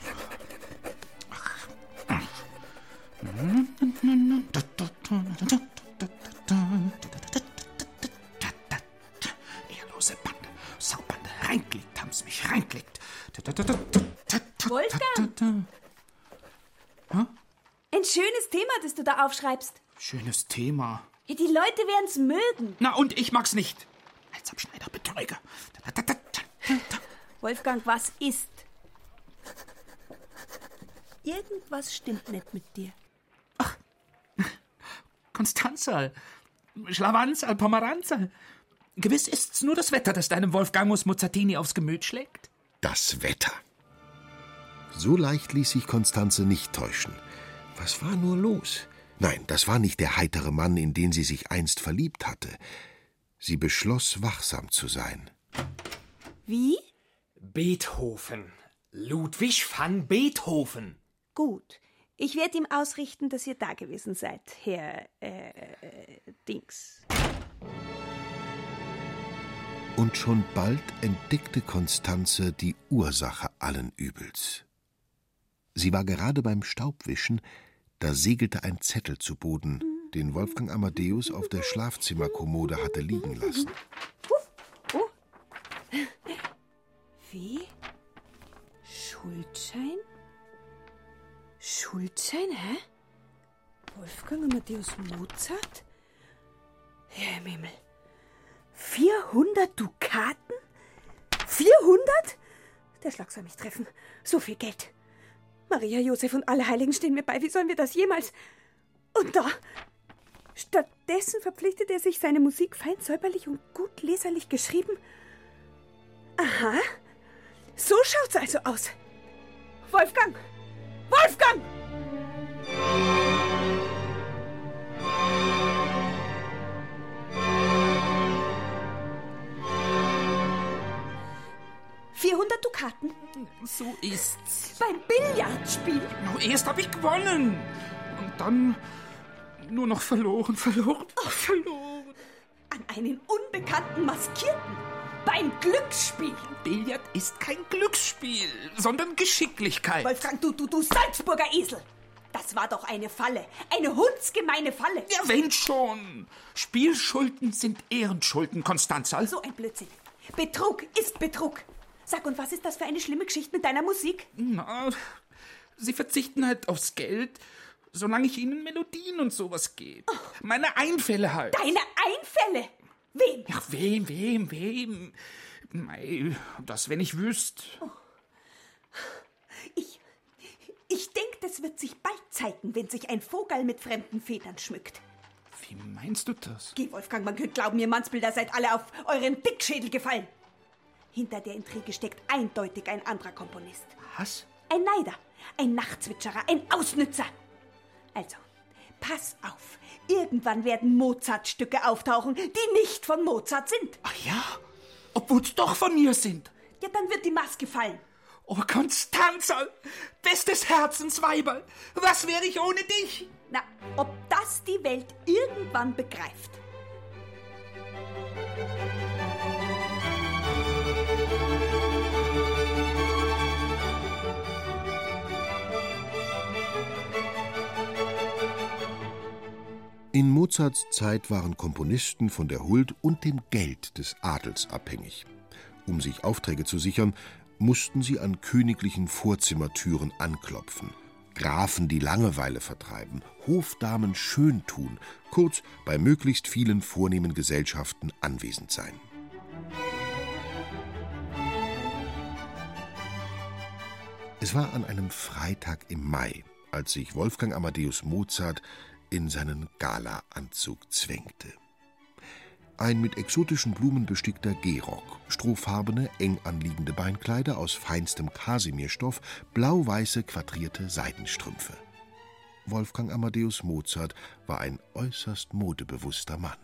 Speaker 6: Ehrlose Bande, Saubande, reingelegt haben's mich, reingelegt.
Speaker 8: Wolfgang! Ein schönes Thema, das du da aufschreibst.
Speaker 6: Schönes Thema.
Speaker 8: Ja, die Leute werden's mögen.
Speaker 6: Na, und ich mag's nicht. Als Abschneider Betrüger.
Speaker 8: Wolfgang, was ist? Irgendwas stimmt nicht mit dir.
Speaker 6: Constanzal, Schlawanzal, Pomeranzal. Gewiss ist's nur das Wetter, das deinem Wolfgangus Mozartini aufs Gemüt schlägt.
Speaker 5: Das Wetter. So leicht ließ sich Constanze nicht täuschen. Was war nur los? Nein, das war nicht der heitere Mann, in den sie sich einst verliebt hatte. Sie beschloss, wachsam zu sein.
Speaker 8: Wie?
Speaker 9: Beethoven. Ludwig van Beethoven.
Speaker 8: Gut. Ich werde ihm ausrichten, dass ihr da gewesen seid, Herr, Dings.
Speaker 5: Und schon bald entdeckte Constanze die Ursache allen Übels. Sie war gerade beim Staubwischen, da segelte ein Zettel zu Boden, den Wolfgang Amadeus auf der Schlafzimmerkommode hatte liegen lassen.
Speaker 8: Wie? Schuldschein? Schuldschein, hä? Wolfgang Amadeus Mozart? Herr im Himmel. 400 Dukaten? 400? Der Schlag soll mich treffen. So viel Geld. Maria, Josef und alle Heiligen stehen mir bei. Wie sollen wir das jemals? Und da... Stattdessen verpflichtet er sich, seine Musik fein säuberlich und gut leserlich geschrieben. Aha. So schaut's also aus. Wolfgang! Wolfgang! Dukaten.
Speaker 6: So ist's.
Speaker 8: Beim Billardspiel.
Speaker 6: Erst hab ich gewonnen. Und dann nur noch verloren.
Speaker 8: An einen unbekannten Maskierten. Beim Glücksspiel.
Speaker 6: Billard ist kein Glücksspiel, sondern Geschicklichkeit.
Speaker 8: Wolfgang, du Salzburger Esel. Das war doch eine Falle. Eine hundsgemeine Falle.
Speaker 6: Ja, wenn schon. Spielschulden sind Ehrenschulden, Constanza.
Speaker 8: So ein Blödsinn. Betrug ist Betrug. Sag, und was ist das für eine schlimme Geschichte mit deiner Musik?
Speaker 6: Na, sie verzichten halt aufs Geld, solange ich ihnen Melodien und sowas gebe. Oh. Meine Einfälle halt.
Speaker 8: Deine Einfälle? Wem?
Speaker 6: Ja, wem? Mei, das, wenn ich wüsste.
Speaker 8: Oh. Ich denke, das wird sich bald zeigen, wenn sich ein Vogel mit fremden Federn schmückt.
Speaker 6: Wie meinst du das?
Speaker 8: Geh, Wolfgang, man könnte glauben, ihr Mannsbilder seid alle auf euren Dickschädel gefallen. Hinter der Intrige steckt eindeutig ein anderer Komponist.
Speaker 6: Was?
Speaker 8: Ein Neider, ein Nachtzwitscherer, ein Ausnützer. Also, pass auf. Irgendwann werden Mozart-Stücke auftauchen, die nicht von Mozart sind.
Speaker 6: Ach ja? Obwohl's doch von mir sind.
Speaker 8: Ja, dann wird die Maske fallen.
Speaker 6: Oh, Konstanze, bestes Herzensweiberl, was wäre ich ohne dich?
Speaker 8: Na, ob das die Welt irgendwann begreift.
Speaker 5: In Mozarts Zeit waren Komponisten von der Huld und dem Geld des Adels abhängig. Um sich Aufträge zu sichern, mussten sie an königlichen Vorzimmertüren anklopfen, Grafen die Langeweile vertreiben, Hofdamen schön tun, kurz bei möglichst vielen vornehmen Gesellschaften anwesend sein. Es war an einem Freitag im Mai, als sich Wolfgang Amadeus Mozart in seinen Galaanzug zwängte. Ein mit exotischen Blumen bestickter Gehrock, strohfarbene, eng anliegende Beinkleider aus feinstem Kasimirstoff, blau-weiße quadrierte Seidenstrümpfe. Wolfgang Amadeus Mozart war ein äußerst modebewusster Mann.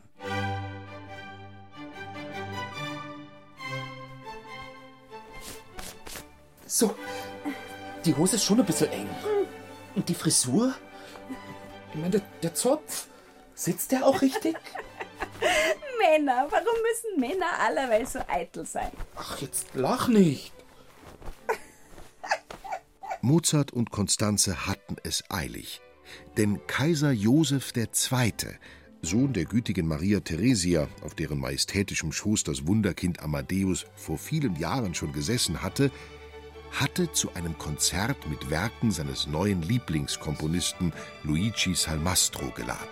Speaker 6: So, die Hose ist schon ein bisschen eng. Und die Frisur? Ich meine, der Zopf, sitzt der auch richtig?
Speaker 7: Männer, warum müssen Männer allerweil so eitel sein?
Speaker 6: Ach, jetzt lach nicht.
Speaker 5: Mozart und Constanze hatten es eilig. Denn Kaiser Joseph II., Sohn der gütigen Maria Theresia, auf deren majestätischem Schoß das Wunderkind Amadeus vor vielen Jahren schon gesessen hatte zu einem Konzert mit Werken seines neuen Lieblingskomponisten Luigi Salmastro geladen.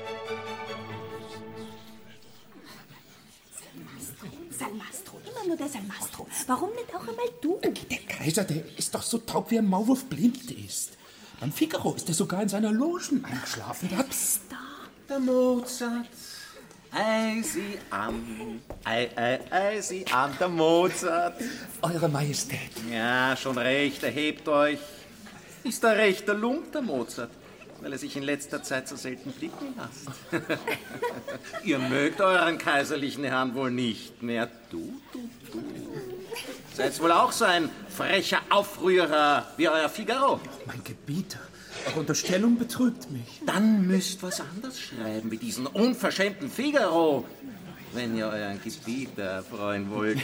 Speaker 8: Salmastro, immer nur der Salmastro. Warum nicht auch einmal du?
Speaker 6: Der Kaiser, der ist doch so taub, wie ein Maulwurf blind ist. Beim Figaro ist er sogar in seiner Logen eingeschlafen.
Speaker 3: Der Mozart.
Speaker 11: Ei, sieh an, ei, sieh an, der Mozart.
Speaker 6: Eure Majestät.
Speaker 11: Ja, schon recht, erhebt euch. Ist der rechter Lump, der Mozart, weil er sich in letzter Zeit so selten blicken lässt. Ihr mögt euren kaiserlichen Herrn wohl nicht mehr. Du. Seid wohl auch so ein frecher Aufrührer wie euer Figaro.
Speaker 6: Mein Gebieter, eure Unterstellung betrübt mich.
Speaker 11: Dann müsst was anderes schreiben, wie diesen unverschämten Figaro, wenn ihr euren Gebieter erfreuen wollt.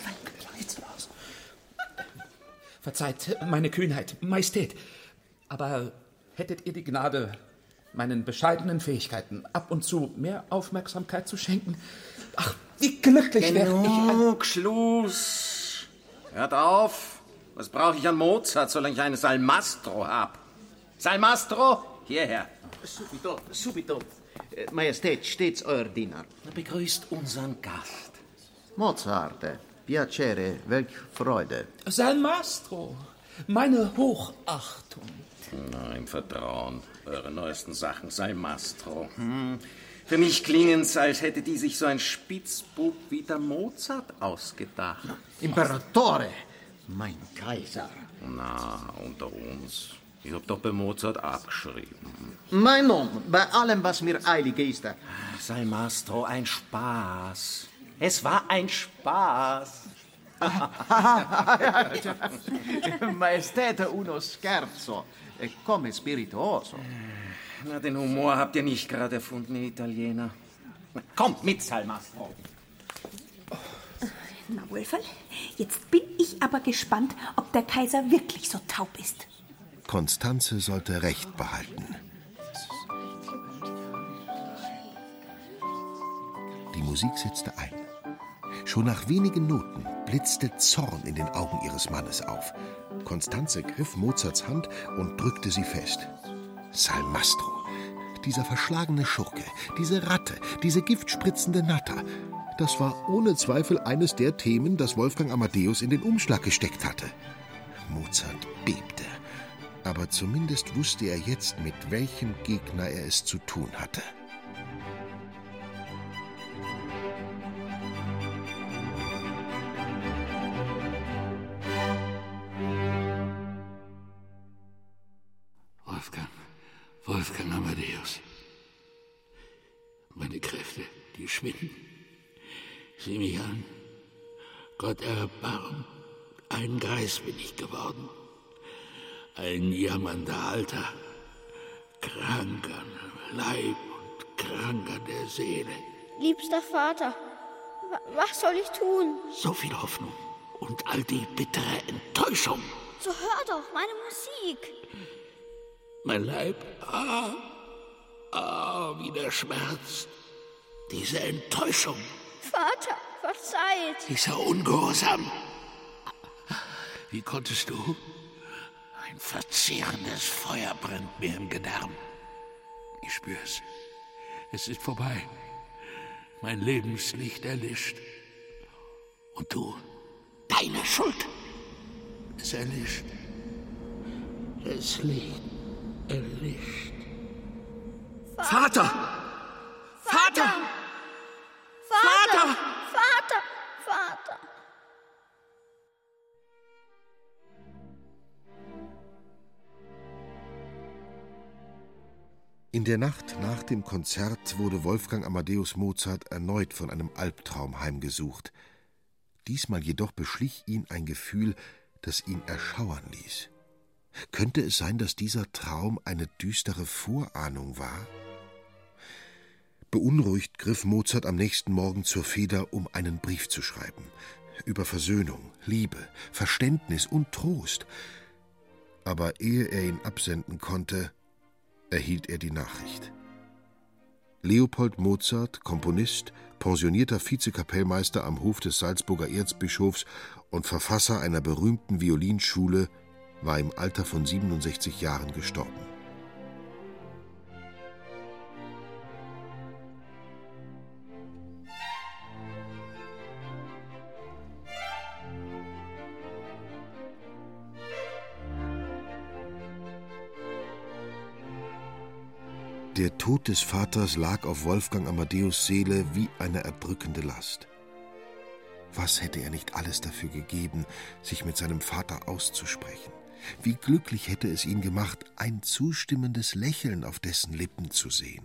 Speaker 6: Verzeiht meine Kühnheit, Majestät, aber hättet ihr die Gnade, meinen bescheidenen Fähigkeiten ab und zu mehr Aufmerksamkeit zu schenken? Ach, wie glücklich wäre ich...
Speaker 11: Genug, Schluss. Hört auf. Was brauche ich an Mozart, solange ich eine Salmastro hab? Salmastro, hierher.
Speaker 3: Subito. Majestät, stets euer Diener.
Speaker 11: Begrüßt unseren Gast.
Speaker 3: Mozart, piacere, welch Freude.
Speaker 6: Salmastro, meine Hochachtung.
Speaker 11: Na, im Vertrauen. Eure neuesten Sachen, Salmastro. Für mich klingen's, als hätte die sich so ein Spitzbub wie der Mozart ausgedacht.
Speaker 3: Imperatore, mein Kaiser.
Speaker 11: Na, unter uns. Ich hab doch bei Mozart abgeschrieben.
Speaker 3: Mein Mann, bei allem, was mir eilig ist.
Speaker 11: Salmastro, ein Spaß. Es war ein Spaß.
Speaker 3: Majestät, uno scherzo. Come spirituoso.
Speaker 11: Na, den Humor habt ihr nicht gerade erfunden, ihr Italiener. Kommt mit, Salmastro.
Speaker 8: Na, Wolferl, jetzt bin ich aber gespannt, ob der Kaiser wirklich so taub ist.
Speaker 5: Constanze sollte Recht behalten. Die Musik setzte ein. Schon nach wenigen Noten blitzte Zorn in den Augen ihres Mannes auf. Constanze griff Mozarts Hand und drückte sie fest. Salmastro, dieser verschlagene Schurke, diese Ratte, diese giftspritzende Natter, das war ohne Zweifel eines der Themen, das Wolfgang Amadeus in den Umschlag gesteckt hatte. Mozart bebte, aber zumindest wusste er jetzt, mit welchem Gegner er es zu tun hatte.
Speaker 10: die Kräfte, die schwinden. Sieh mich an. Gott erbarm, ein Greis bin ich geworden. Ein jammernder Alter, krank an Leib und krank an der Seele.
Speaker 1: Liebster Vater, was soll ich tun?
Speaker 10: So viel Hoffnung und all die bittere Enttäuschung.
Speaker 1: So hör doch meine Musik.
Speaker 10: Mein Leib, wie der Schmerz. Diese Enttäuschung.
Speaker 1: Vater, verzeiht.
Speaker 10: Dieser Ungehorsam. Wie konntest du? Ein verzehrendes Feuer brennt mir im Gedärm. Ich spür's. Es ist vorbei. Mein Lebenslicht erlischt. Und du, deine Schuld. Es erlischt. Das Licht erlischt.
Speaker 6: Vater! Vater!
Speaker 1: Vater! Vater! Vater!
Speaker 5: In der Nacht nach dem Konzert wurde Wolfgang Amadeus Mozart erneut von einem Albtraum heimgesucht. Diesmal jedoch beschlich ihn ein Gefühl, das ihn erschauern ließ. Könnte es sein, dass dieser Traum eine düstere Vorahnung war? Beunruhigt griff Mozart am nächsten Morgen zur Feder, um einen Brief zu schreiben. Über Versöhnung, Liebe, Verständnis und Trost. Aber ehe er ihn absenden konnte, erhielt er die Nachricht. Leopold Mozart, Komponist, pensionierter Vizekapellmeister am Hof des Salzburger Erzbischofs und Verfasser einer berühmten Violinschule, war im Alter von 67 Jahren gestorben. Der Tod des Vaters lag auf Wolfgang Amadeus' Seele wie eine erdrückende Last. Was hätte er nicht alles dafür gegeben, sich mit seinem Vater auszusprechen? Wie glücklich hätte es ihn gemacht, ein zustimmendes Lächeln auf dessen Lippen zu sehen.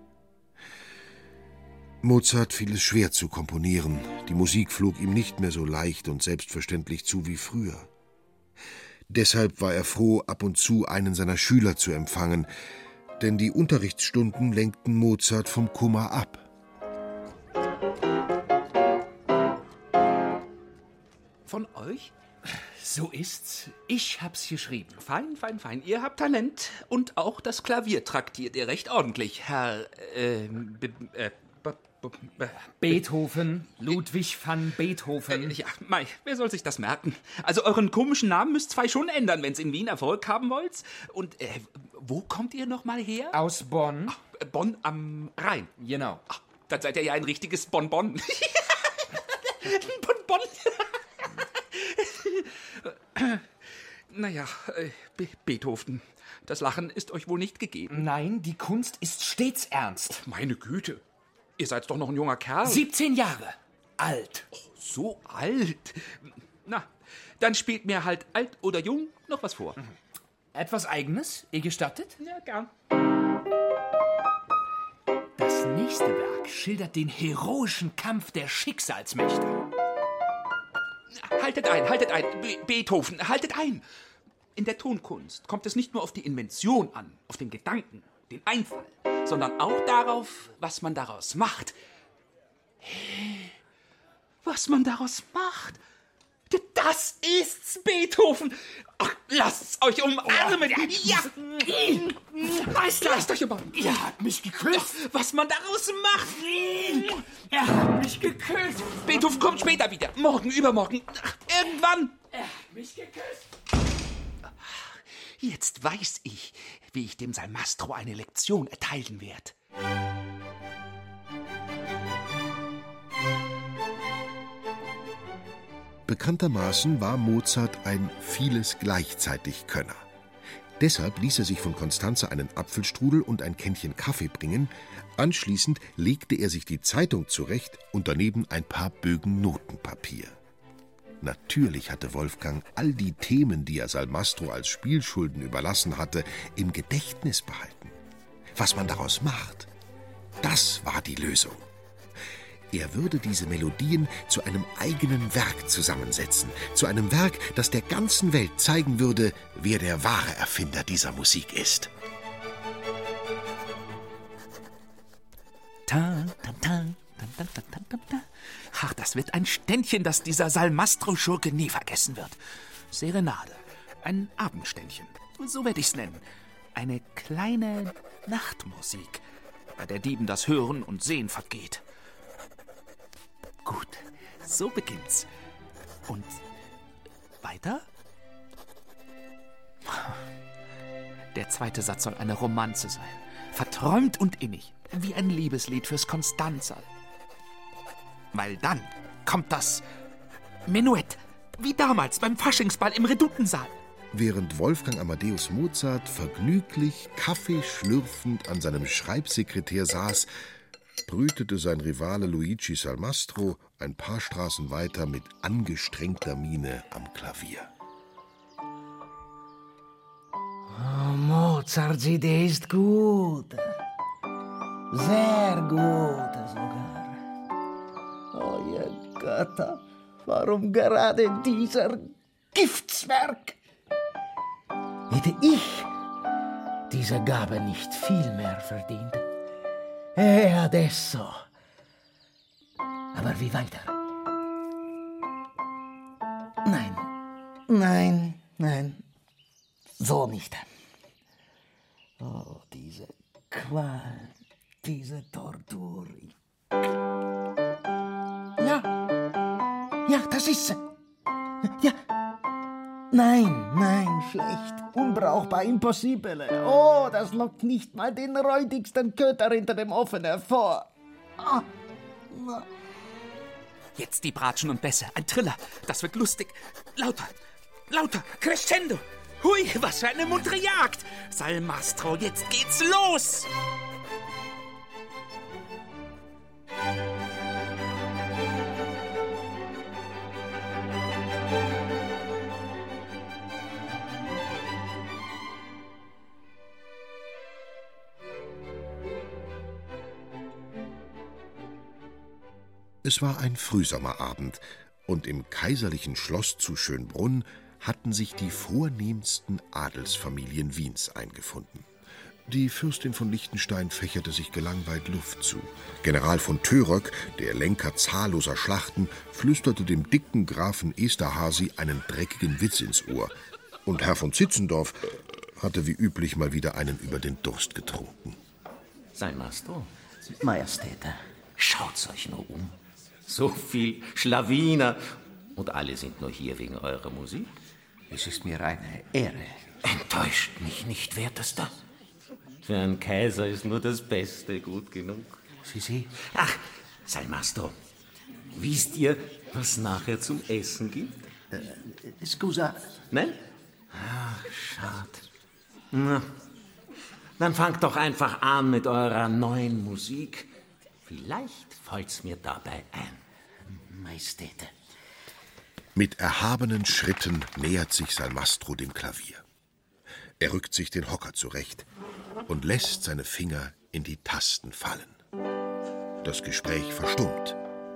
Speaker 5: Mozart fiel es schwer zu komponieren. Die Musik flog ihm nicht mehr so leicht und selbstverständlich zu wie früher. Deshalb war er froh, ab und zu einen seiner Schüler zu empfangen, denn die Unterrichtsstunden lenkten Mozart vom Kummer ab.
Speaker 6: Von euch? So ist's. Ich hab's geschrieben. Fein, fein, fein. Ihr habt Talent und auch das Klavier traktiert ihr recht ordentlich, Herr,
Speaker 9: Beethoven, Ludwig van Beethoven.
Speaker 6: Ja, mei, wer soll sich das merken? Also euren komischen Namen müsst's zwei schon ändern, wenn's in Wien Erfolg haben wollt. Und wo kommt ihr noch mal her?
Speaker 9: Aus Bonn.
Speaker 6: Ach, Bonn am Rhein.
Speaker 9: Genau.
Speaker 6: Ach, dann seid ihr ja ein richtiges Bonbon. Bonbon. Naja, Beethoven, das Lachen ist euch wohl nicht gegeben.
Speaker 9: Nein, die Kunst ist stets ernst.
Speaker 6: Meine Güte, ihr seid doch noch ein junger Kerl.
Speaker 9: 17 Jahre. Alt.
Speaker 6: Oh, so alt. Na, dann spielt mir halt alt oder jung noch was vor.
Speaker 9: Etwas Eigenes, ihr gestattet?
Speaker 6: Ja, gern.
Speaker 9: Das nächste Werk schildert den heroischen Kampf der Schicksalsmächte.
Speaker 6: Haltet ein, Beethoven, haltet ein. In der Tonkunst kommt es nicht nur auf die Invention an, auf den Gedanken, den Einfall, sondern auch darauf, was man daraus macht. Was man daraus macht? Das ist's, Beethoven. Ach, lasst's euch umarmen. Ja. Lasst euch umarmen.
Speaker 9: Ihr habt mich geküsst.
Speaker 6: Was man daraus macht.
Speaker 9: Er hat mich geküsst.
Speaker 6: Beethoven kommt später wieder. Morgen, übermorgen. Ach, irgendwann.
Speaker 9: Er hat mich geküsst.
Speaker 6: Jetzt weiß ich, wie ich dem Salmastro eine Lektion erteilen werde.
Speaker 5: Bekanntermaßen war Mozart ein vieles gleichzeitig Könner. Deshalb ließ er sich von Constanze einen Apfelstrudel und ein Kännchen Kaffee bringen. Anschließend legte er sich die Zeitung zurecht und daneben ein paar Bögen Notenpapier. Natürlich hatte Wolfgang all die Themen, die er Salmastro als Spielschulden überlassen hatte, im Gedächtnis behalten. Was man daraus macht, das war die Lösung. Er würde diese Melodien zu einem eigenen Werk zusammensetzen. Zu einem Werk, das der ganzen Welt zeigen würde, wer der wahre Erfinder dieser Musik ist.
Speaker 6: Ach, das wird ein Ständchen, das dieser Salmastro-Schurke nie vergessen wird. Serenade. Ein Abendständchen. So werde ich's nennen. Eine kleine Nachtmusik, bei der Dieben das Hören und Sehen vergeht. Gut, so beginnt's. Und weiter? Der zweite Satz soll eine Romanze sein. Verträumt und innig, wie ein Liebeslied fürs Konstanzerl. Weil dann kommt das Menuett, wie damals beim Faschingsball im Redoutensaal.
Speaker 5: Während Wolfgang Amadeus Mozart vergnüglich, kaffeeschlürfend an seinem Schreibsekretär saß, brütete sein Rivale Luigi Salmastro ein paar Straßen weiter mit angestrengter Miene am Klavier.
Speaker 3: Oh, Mozarts Idee ist gut. Sehr gut sogar. Oh, ihr Götter, warum gerade dieser Giftzwerg? Hätte ich diese Gabe nicht viel mehr verdient? Adesso. Aber wie weiter? Nein. So nicht. Oh, diese Qual, diese Tortur. Ja, das ist sie. Ja. Nein, schlecht, unbrauchbar, impossibile. Oh, das lockt nicht mal den räudigsten Köter hinter dem Ofen hervor. Oh.
Speaker 6: Jetzt die Bratschen und Bässe, ein Triller, das wird lustig. Lauter, crescendo. Hui, was für eine muntere Jagd. Salmastro, jetzt geht's los.
Speaker 5: Es war ein Frühsommerabend, und im kaiserlichen Schloss zu Schönbrunn hatten sich die vornehmsten Adelsfamilien Wiens eingefunden. Die Fürstin von Liechtenstein fächerte sich gelangweilt Luft zu. General von Thöröck, der Lenker zahlloser Schlachten, flüsterte dem dicken Grafen Esterhazy einen dreckigen Witz ins Ohr. Und Herr von Zitzendorf hatte wie üblich mal wieder einen über den Durst getrunken.
Speaker 11: Salmastro,
Speaker 3: Majestäte.
Speaker 11: schaut's euch nur um. So viel Schlawiner. Und alle sind nur hier wegen eurer Musik?
Speaker 3: Es ist mir eine Ehre.
Speaker 11: Enttäuscht mich nicht, Wertester. Für einen Kaiser ist nur das Beste gut genug.
Speaker 3: Sie?
Speaker 11: Ach, Salmastro, wisst ihr, was nachher zum Essen gibt?
Speaker 3: Scusa.
Speaker 11: Nein? Ach, schade. Na, dann fangt doch einfach an mit eurer neuen Musik. Vielleicht fällt's mir dabei ein.
Speaker 3: Majestäte.
Speaker 5: Mit erhabenen Schritten nähert sich Salmastro dem Klavier. Er rückt sich den Hocker zurecht und lässt seine Finger in die Tasten fallen. Das Gespräch verstummt.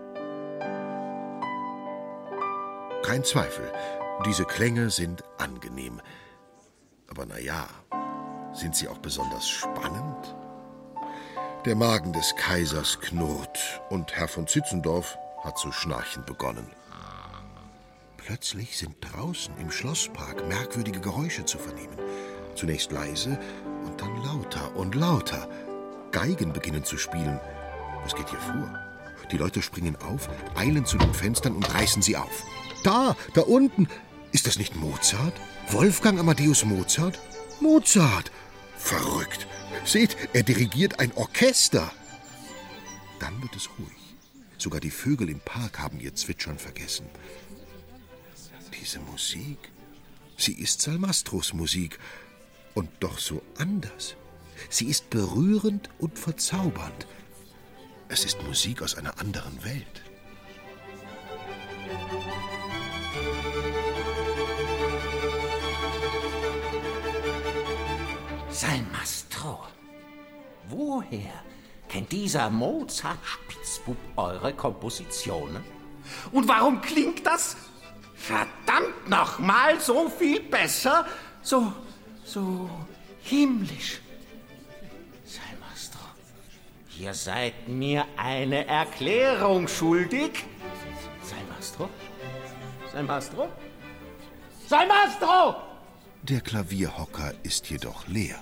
Speaker 5: Kein Zweifel, diese Klänge sind angenehm. Aber naja, sind sie auch besonders spannend? Der Magen des Kaisers knurrt und Herr von Zitzendorf hat zu schnarchen begonnen. Plötzlich sind draußen im Schlosspark merkwürdige Geräusche zu vernehmen. Zunächst leise und dann lauter und lauter. Geigen beginnen zu spielen. Was geht hier vor? Die Leute springen auf, eilen zu den Fenstern und reißen sie auf. Da unten! Ist das nicht Mozart? Wolfgang Amadeus Mozart? Mozart! Verrückt! Seht, er dirigiert ein Orchester! Dann wird es ruhig. Sogar die Vögel im Park haben ihr Zwitschern vergessen. Diese Musik, sie ist Salmastros Musik. Und doch so anders. Sie ist berührend und verzaubernd. Es ist Musik aus einer anderen Welt.
Speaker 11: Salmastro, woher Kennt dieser Mozart-Spitzbub eure Kompositionen?
Speaker 3: Und warum klingt das verdammt nochmal so viel besser? So himmlisch.
Speaker 11: Salmastro, ihr seid mir eine Erklärung schuldig. Salmastro? Salmastro? Salmastro!
Speaker 5: Der Klavierhocker ist jedoch leer.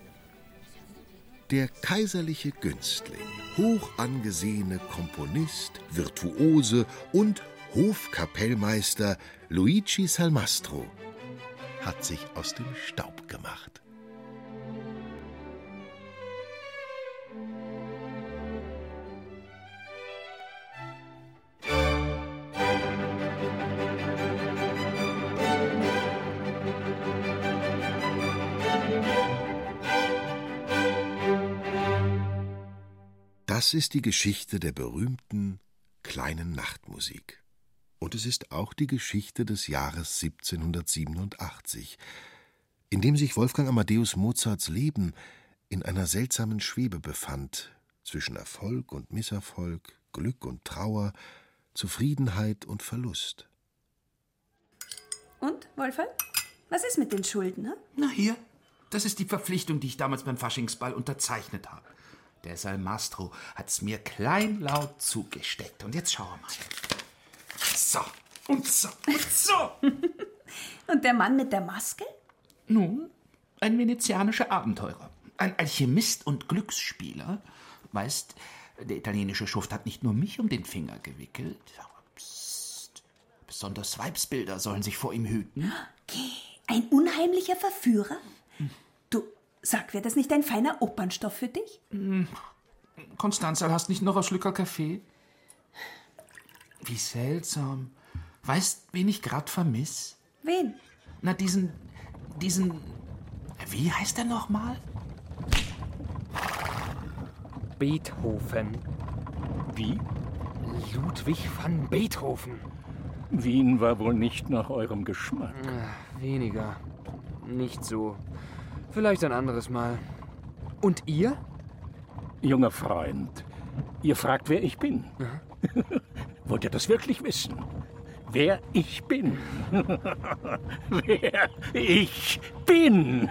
Speaker 5: Der kaiserliche Günstling, hoch angesehene Komponist, Virtuose und Hofkapellmeister Luigi Salmastro hat sich aus dem Staub gemacht. Das ist die Geschichte der berühmten kleinen Nachtmusik. Und es ist auch die Geschichte des Jahres 1787, in dem sich Wolfgang Amadeus Mozarts Leben in einer seltsamen Schwebe befand, zwischen Erfolg und Misserfolg, Glück und Trauer, Zufriedenheit und Verlust.
Speaker 8: Und, Wolfgang, was ist mit den Schulden, ne?
Speaker 6: Na hier, das ist die Verpflichtung, die ich damals beim Faschingsball unterzeichnet habe. Der Salmastro hat's mir kleinlaut zugesteckt. Und jetzt schau mal. So, und so, und so.
Speaker 8: Und der Mann mit der Maske?
Speaker 6: Nun, ein venezianischer Abenteurer. Ein Alchemist und Glücksspieler. Weißt, der italienische Schuft hat nicht nur mich um den Finger gewickelt. Aber psst, besonders Weibsbilder sollen sich vor ihm hüten.
Speaker 8: Ein unheimlicher Verführer? Du, sag, wäre das nicht ein feiner Opernstoff für dich?
Speaker 6: Konstanzal, hast nicht noch ein Schlückerl Kaffee? Wie seltsam. Weißt, wen ich grad vermiss?
Speaker 8: Wen?
Speaker 6: Na, diesen... Wie heißt er nochmal?
Speaker 9: Beethoven.
Speaker 4: Wie?
Speaker 9: Ludwig van Beethoven.
Speaker 4: Wien war wohl nicht nach eurem Geschmack.
Speaker 9: Weniger. Nicht so. Vielleicht ein anderes Mal. Und ihr?
Speaker 4: Junger Freund, ihr fragt, wer ich bin.
Speaker 9: Ja.
Speaker 4: Wollt ihr das wirklich wissen? Wer ich bin? Wer ich bin?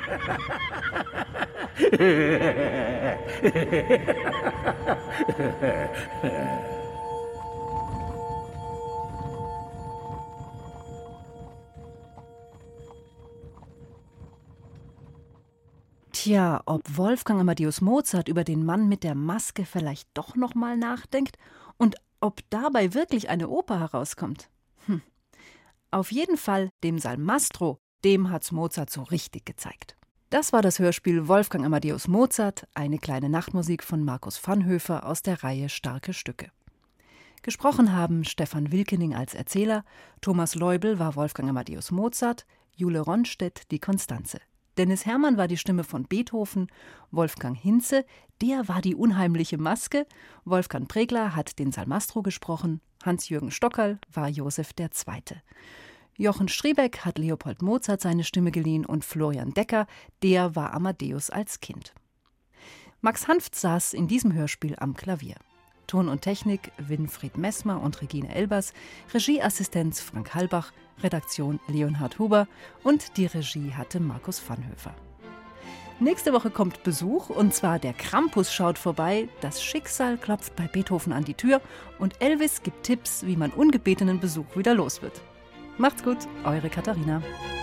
Speaker 2: Tja, ob Wolfgang Amadeus Mozart über den Mann mit der Maske vielleicht doch noch mal nachdenkt und ob dabei wirklich eine Oper herauskommt. Auf jeden Fall dem Salmastro, dem hat's Mozart so richtig gezeigt. Das war das Hörspiel Wolfgang Amadeus Mozart, eine kleine Nachtmusik von Markus Vanhoefer aus der Reihe Starke Stücke. Gesprochen haben Stefan Wilkening als Erzähler, Thomas Leubel war Wolfgang Amadeus Mozart, Jule Ronstedt die Konstanze. Dennis Herrmann war die Stimme von Beethoven, Wolfgang Hinze, der war die unheimliche Maske, Wolfgang Pregler hat den Salmastro gesprochen, Hans-Jürgen Stockerl war Josef II. Jochen Striebeck hat Leopold Mozart seine Stimme geliehen und Florian Decker, der war Amadeus als Kind. Max Hanft saß in diesem Hörspiel am Klavier. Ton und Technik Winfried Messmer und Regine Elbers, Regieassistenz Frank Halbach, Redaktion Leonhard Huber und die Regie hatte Markus Vanhoefer. Nächste Woche kommt Besuch und zwar der Krampus schaut vorbei, das Schicksal klopft bei Beethoven an die Tür und Elvis gibt Tipps, wie man ungebetenen Besuch wieder los wird. Macht's gut, eure Katharina.